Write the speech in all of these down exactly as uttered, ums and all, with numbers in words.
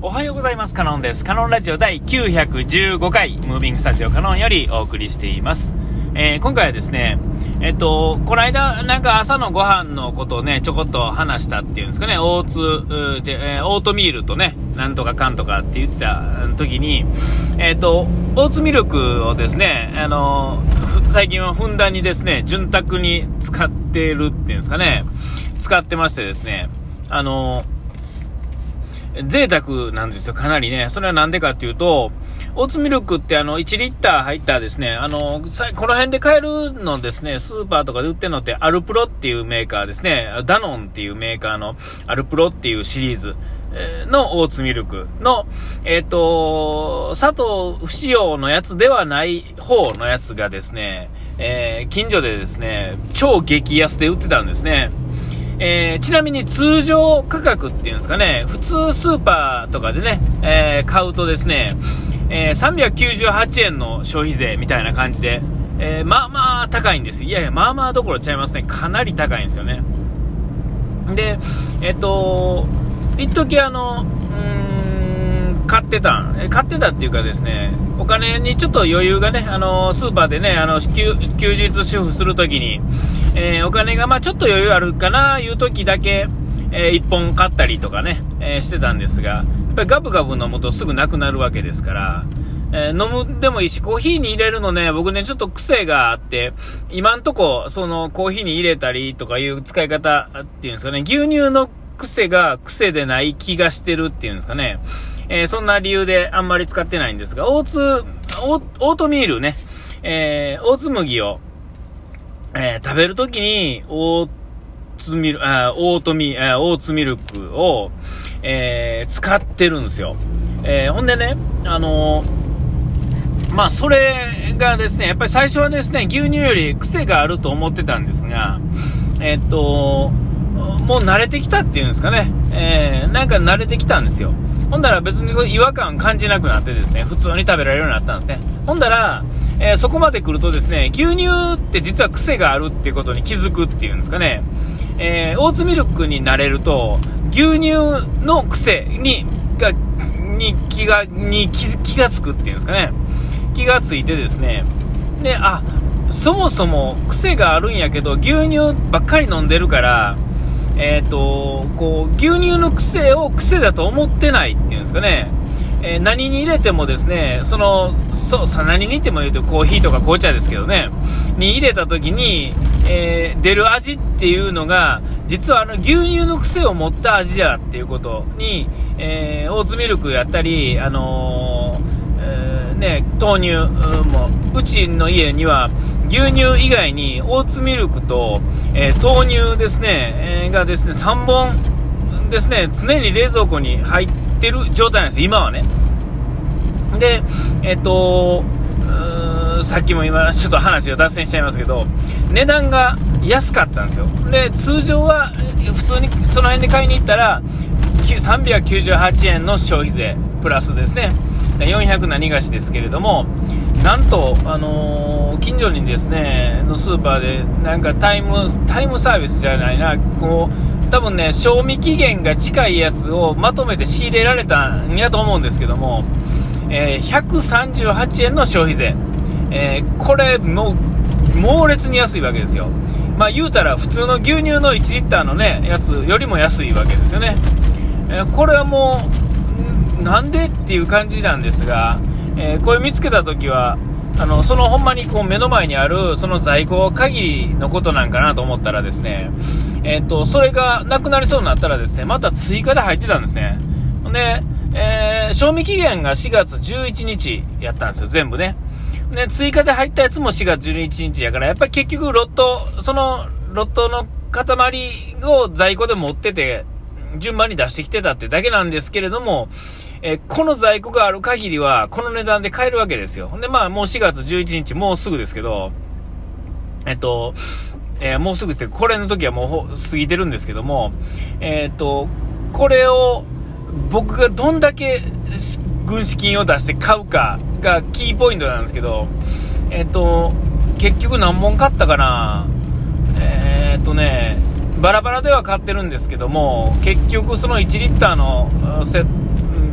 おはようございます。カノンです。カノンラジオ第きゅうひゃくじゅうごかい、ムービングスタジオカノンよりお送りしています。えー、今回はですね、えっと、この間、なんか朝のご飯のことをね、ちょこっと話したっていうんですかね、オーツ、で、えー、オートミールとね、なんとかかんとかって言ってた時に、えっと、オーツミルクをですね、あの、最近はふんだんにですね、潤沢に使ってるっていうんですかね、使ってましてですね、あの、贅沢なんですよ、かなりね。それはなんでかっていうと、オーツミルクってあのいちリッター入ったですね、あのこの辺で買えるのですね、スーパーとかで売ってるのってアルプロっていうメーカーですね、ダノンっていうメーカーのアルプロっていうシリーズのオーツミルクの、えっと、砂糖不使用のやつではない方のやつがですね、えー、近所でですね、超激安で売ってたんですね。えー、ちなみに通常価格っていうんですかね、普通スーパーとかでね、えー、買うとですね、えー、さんびゃくきゅうじゅうはちえんの消費税みたいな感じで、えー、まあまあ高いんです。いやいや、まあまあどころちゃいますね。かなり高いんですよね。で、えっと、一時あの、うーん、買ってた、買ってたっていうかですね、お金にちょっと余裕がね、あの、スーパーでね、あの、休、休日主婦するときに、えー、お金がまあちょっと余裕あるかないう時だけ、えー、いっぽん買ったりとかね、えー、してたんですが、やっぱりガブガブ飲むとすぐなくなるわけですから、えー、飲むでもいいし、コーヒーに入れるのね、僕ねちょっと癖があって、今んとこそのコーヒーに入れたりとかいう使い方っていうんですかね、牛乳の癖が癖でない気がしてるっていうんですかね、えー、そんな理由であんまり使ってないんですが、オーツオー、オートミールね、えー、オーツ麦をえー、食べるときにオーツミル、あー、オートミ、あー、オーツミルクを、えー、使ってるんですよ。えー、ほんでね、あのー、まあ、それがですね、やっぱり最初はですね、牛乳より癖があると思ってたんですが、えー、っと、もう慣れてきたっていうんですかね、えー、なんか慣れてきたんですよ。ほんだら別に違和感感じなくなってですね、普通に食べられるようになったんですね。ほんだら、えー、そこまで来るとですね、牛乳って実は癖があるっていうことに気づくっていうんですかね、えー、オーツミルクになれると、牛乳の癖に、が、に気が、に気、気がつくっていうんですかね、気がついてですね、で、あ、そもそも癖があるんやけど、牛乳ばっかり飲んでるから、えーと、こう牛乳の癖を癖だと思ってないっていうんですかね、えー、何に入れてもですね、そのそうさ何に入れても言うとコーヒーとか紅茶ですけどね、に入れた時に、えー、出る味っていうのが実はあの牛乳の癖を持った味やっていうことに、えー、オーツミルクやったり、あのーえーね、豆乳もうちの家には牛乳以外にオーツミルクと、えー、豆乳ですね、えー、がですねさんぼんですね常に冷蔵庫に入ってる状態なんです今はね。で、えっとさっきも今ちょっと話が脱線しちゃいますけど、値段が安かったんですよ。で通常は普通にその辺で買いに行ったらさんびゃくきゅうじゅうはちえんの消費税プラスですねよんひゃく何がしですけれども、なんと、あのー、近所にですねのスーパーでなんかタイムタイムサービスじゃないな、こう多分ね賞味期限が近いやつをまとめて仕入れられたんやと思うんですけども、えー、ひゃくさんじゅうはちえんの消費税、えー、これもう猛烈に安いわけですよ。まあ言うたら普通の牛乳のいちリッターのねやつよりも安いわけですよね。えー、これはもうなんでっていう感じなんですが、えー、これ見つけたときはあのそのほんまにこう目の前にあるその在庫限りのことなんかなと思ったらですね、えー、とそれがなくなりそうになったらですねまた追加で入ってたんですね。で、えー、賞味期限がしがつじゅういちにちやったんですよ全部ね。で追加で入ったやつもしがつじゅういちにちやから、やっぱり結局ロットそのロットの塊を在庫で持ってて順番に出してきてたってだけなんですけれども、えー、この在庫がある限りはこの値段で買えるわけですよ。でまあもうしがつじゅういちにちもうすぐですけど、えっと、えー、もうすぐってこれの時はもう過ぎてるんですけども、えっとこれを僕がどんだけ軍資金を出して買うかがキーポイントなんですけど、えっと結局何本買ったかな、えー、っとねバラバラでは買ってるんですけども、結局そのいちリッターのセ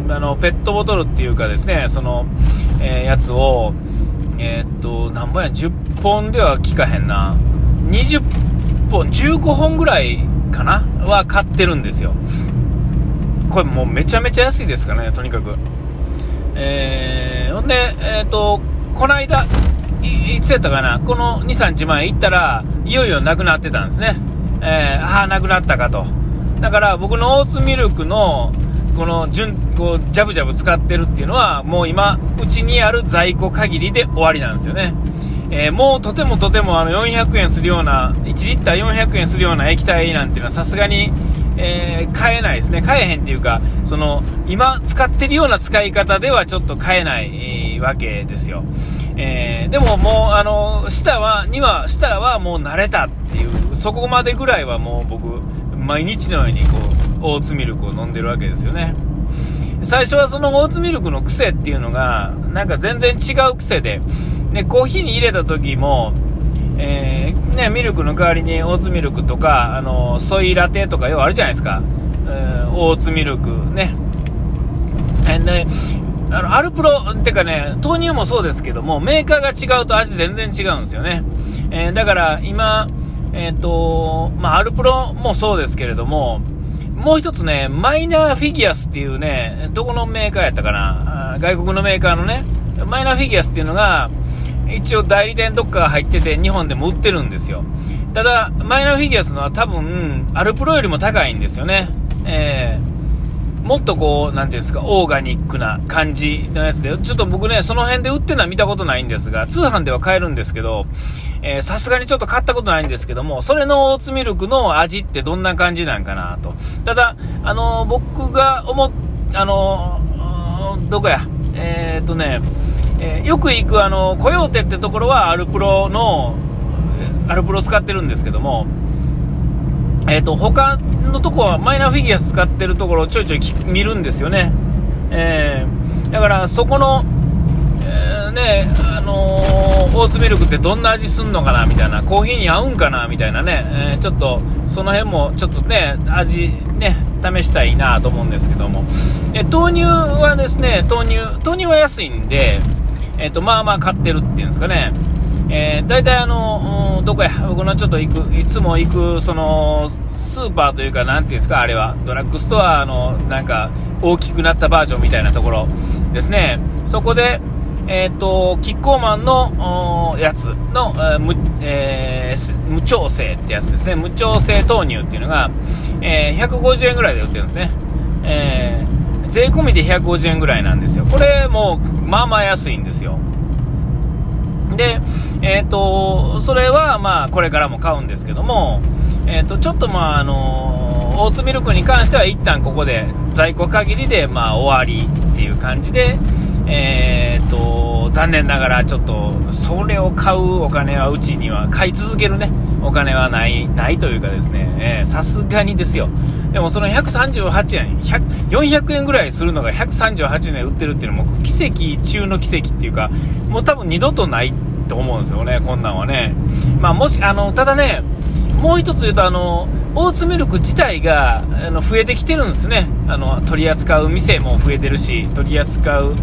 あのペットボトルっていうかですね、その、えー、やつをえー、っと何本やじゅっぽんでは効かへんな、にじゅっぽんじゅうごほんぐらいかなは買ってるんですよ。これもうめちゃめちゃ安いですからね、とにかく。えー、ほんで、えー、っとこの間 い, いつやったかな、この にさんにちまえ行ったらいよいよなくなってたんですね。えー、ああなくなったかと。だから僕のオーツミルクのこの順こうジャブジャブ使ってるっていうのはもう今うちにある在庫限りで終わりなんですよね。えー、もうとてもとてもあのよんひゃくえんするようないちリッターよんひゃくえんするような液体なんていうのはさすがに、えー、買えないですね。買えへんっていうか、その今使ってるような使い方ではちょっと買えない、えー、わけですよ。えー、でももうあの舌はには舌はもう慣れたっていう、そこまでぐらいはもう僕毎日のようにこうオーツミルクを飲んでるわけですよね。最初はそのオーツミルクの癖っていうのがなんか全然違う癖で、でコーヒーに入れた時も、えーね、ミルクの代わりにオーツミルクとかあのソイラテとかようあるじゃないですか、えー、オーツミルクね。であのアルプロってかね、豆乳もそうですけどもメーカーが違うと味全然違うんですよね。えー、だから今えっとまあアルプロもそうですけれども、もう一つねマイナーフィギュアスっていうね、どこのメーカーやったかな、外国のメーカーのねマイナーフィギュアスっていうのが一応代理店どっかが入ってて日本でも売ってるんですよ。ただマイナーフィギュアスのは多分アルプロよりも高いんですよね。えー、もっとこうなんていうんですか、オーガニックな感じのやつで、ちょっと僕ねその辺で売ってるのは見たことないんですが、通販では買えるんですけど、さすがにちょっと買ったことないんですけども、それのオーツミルクの味ってどんな感じなんかなと。ただあの僕が思っあのどこやえー、っとねえー、よく行くあのコヨーテってところはアルプロのアルプロ使ってるんですけども、えー、と他のとこはマイナーフィギュアス使ってるところをちょいちょい見るんですよね。えー、だからそこの、えー、ねあのー、オーツミルクってどんな味すんのかなみたいな、コーヒーに合うんかなみたいなね、えー、ちょっとその辺もちょっとね味ね試したいなと思うんですけども、え豆乳はですね豆乳豆乳は安いんで、えー、とまあまあ買ってるっていうんですかね。えー、だいたいあのどこや僕のちょっと行くいつも行くそのスーパーというかなんていうんですか、あれはドラッグストアのなんか大きくなったバージョンみたいなところですね。そこでえー、とキッコーマンのやつの、えー 無, えー、無調整ってやつですね。無調整豆乳っていうのが、えー、ひゃくごじゅうえんぐらいで売ってるんですね。えー、税込みでひゃくごじゅうえんぐらいなんですよ。これもうまあまあ安いんですよ。で、えー、とそれはまあこれからも買うんですけども、えー、とちょっとまああのー、オーツミルクに関しては一旦ここで在庫限りでまあ終わりっていう感じで、えー、と残念ながらちょっとそれを買うお金はうちには買い続けるねお金はないないというかですね、さすがにですよ。でもそのひゃくさんじゅうはちえんよんひゃくえんぐらいするのがひゃくさんじゅうはちえんで売ってるっていうのも奇跡中の奇跡っていうか、もう多分二度とないと思うんですよね、こんなんはね。まあもしあのただねもう一つ言うと、あのオーツミルク自体があの増えてきてるんですね。あの取り扱う店も増えてるし、取り扱う、うん、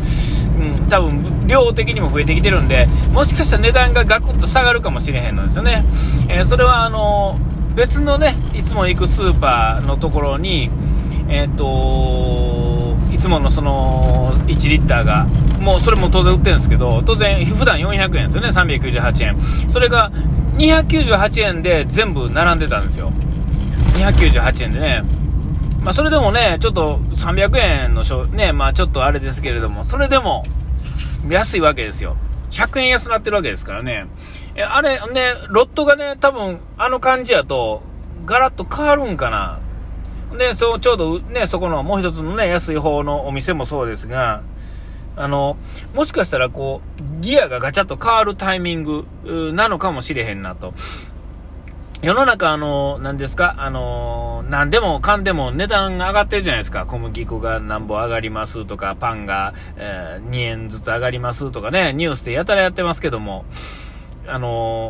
多分量的にも増えてきてるんで、もしかしたら値段がガクッと下がるかもしれへんのですよね。えー、それはあの別のねいつも行くスーパーのところに、えー、といつものそのいちリッターがもうそれも当然売ってるんですけど、当然普段よんひゃくえんですよね。さんびゃくきゅうじゅうはちえん、それがにひゃくきゅうじゅうはちえんで全部並んでたんですよ。にひゃくきゅうじゅうはちえんでね。まあそれでもねちょっとさんびゃくえんのね、まあちょっとあれですけれども、それでも安いわけですよ。ひゃくえん安なってるわけですからね。えあれねロットがね多分あの感じやとガラッと変わるんかな。でそうちょうどねそこのもう一つのね安い方のお店もそうですが、あのもしかしたらこうギアがガチャッと変わるタイミングなのかもしれへんなと。世の中あの何ですか、あの何でもかんでも値段が上がってるじゃないですか。小麦粉が何ぼ上がりますとか、パンが、えー、にえんずつ上がりますとかね、ニュースでやたらやってますけども、あの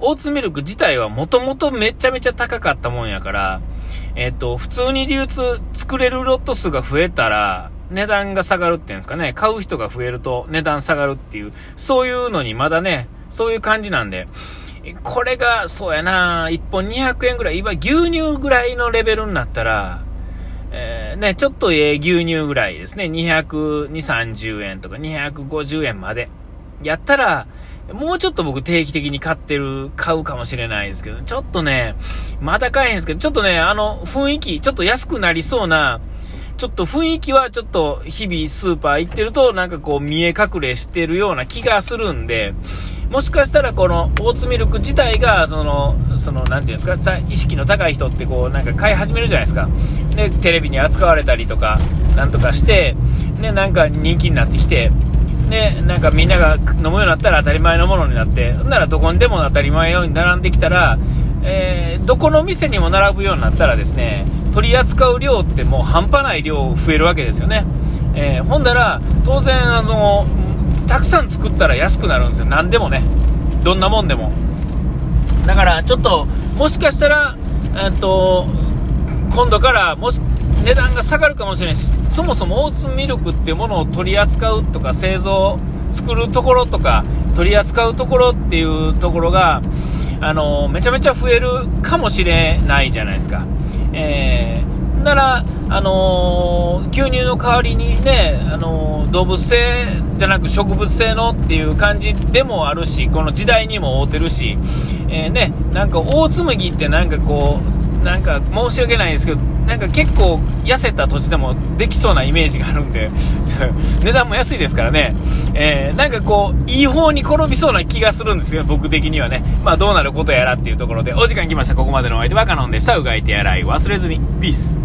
オーツミルク自体はもともとめちゃめちゃ高かったもんやから、えっと、普通に流通、作れるロット数が増えたら、値段が下がるっていうんですかね、買う人が増えると値段下がるっていう、そういうのにまだね、そういう感じなんで、これが、そうやな、いっぽんにひゃくえんぐらい、今牛乳ぐらいのレベルになったら、えー、ね、ちょっとええ牛乳ぐらいですね、にひゃくにじゅう、さんじゅうえんとかにひゃくごじゅうえんまで。やったら、もうちょっと僕定期的に買ってる、買うかもしれないですけど、ちょっとね、まだ買えへんですけど、ちょっとね、あの、雰囲気、ちょっと安くなりそうな、ちょっと雰囲気はちょっと日々スーパー行ってるとなんかこう見え隠れしてるような気がするんで、もしかしたらこのオーツミルク自体がその、そのなんていうんですか、意識の高い人ってこうなんか買い始めるじゃないですか。で、テレビに扱われたりとかなんとかして、ね、なんか人気になってきて、で、なんかみんなが飲むようになったら当たり前のものになって、ほんならどこにでも当たり前のように並んできたら、えー、どこの店にも並ぶようになったらですね、取り扱う量ってもう半端ない量増えるわけですよね。えー、ほんだら当然あのたくさん作ったら安くなるんですよ。何でもね、どんなもんでも。だからちょっともしかしたらえっと今度からもし値段が下がるかもしれないし、そもそもオーツミルクっていうものを取り扱うとか製造作るところとか取り扱うところっていうところがあのめちゃめちゃ増えるかもしれないじゃないですか。えー、なら、あのー、牛乳の代わりにね、あのー、動物性じゃなく植物性のっていう感じでもあるし、この時代にも合うてるし、えー、ね、なんか大紬ってなんかこうなんか申し訳ないですけど、なんか結構痩せた土地でもできそうなイメージがあるんで値段も安いですからね、えー、なんかこういい方に転びそうな気がするんですけど、僕的にはね。まあどうなることやらっていうところでお時間来ました。ここまでのお相手はカノンでした。うがい手洗い忘れずに。ピース。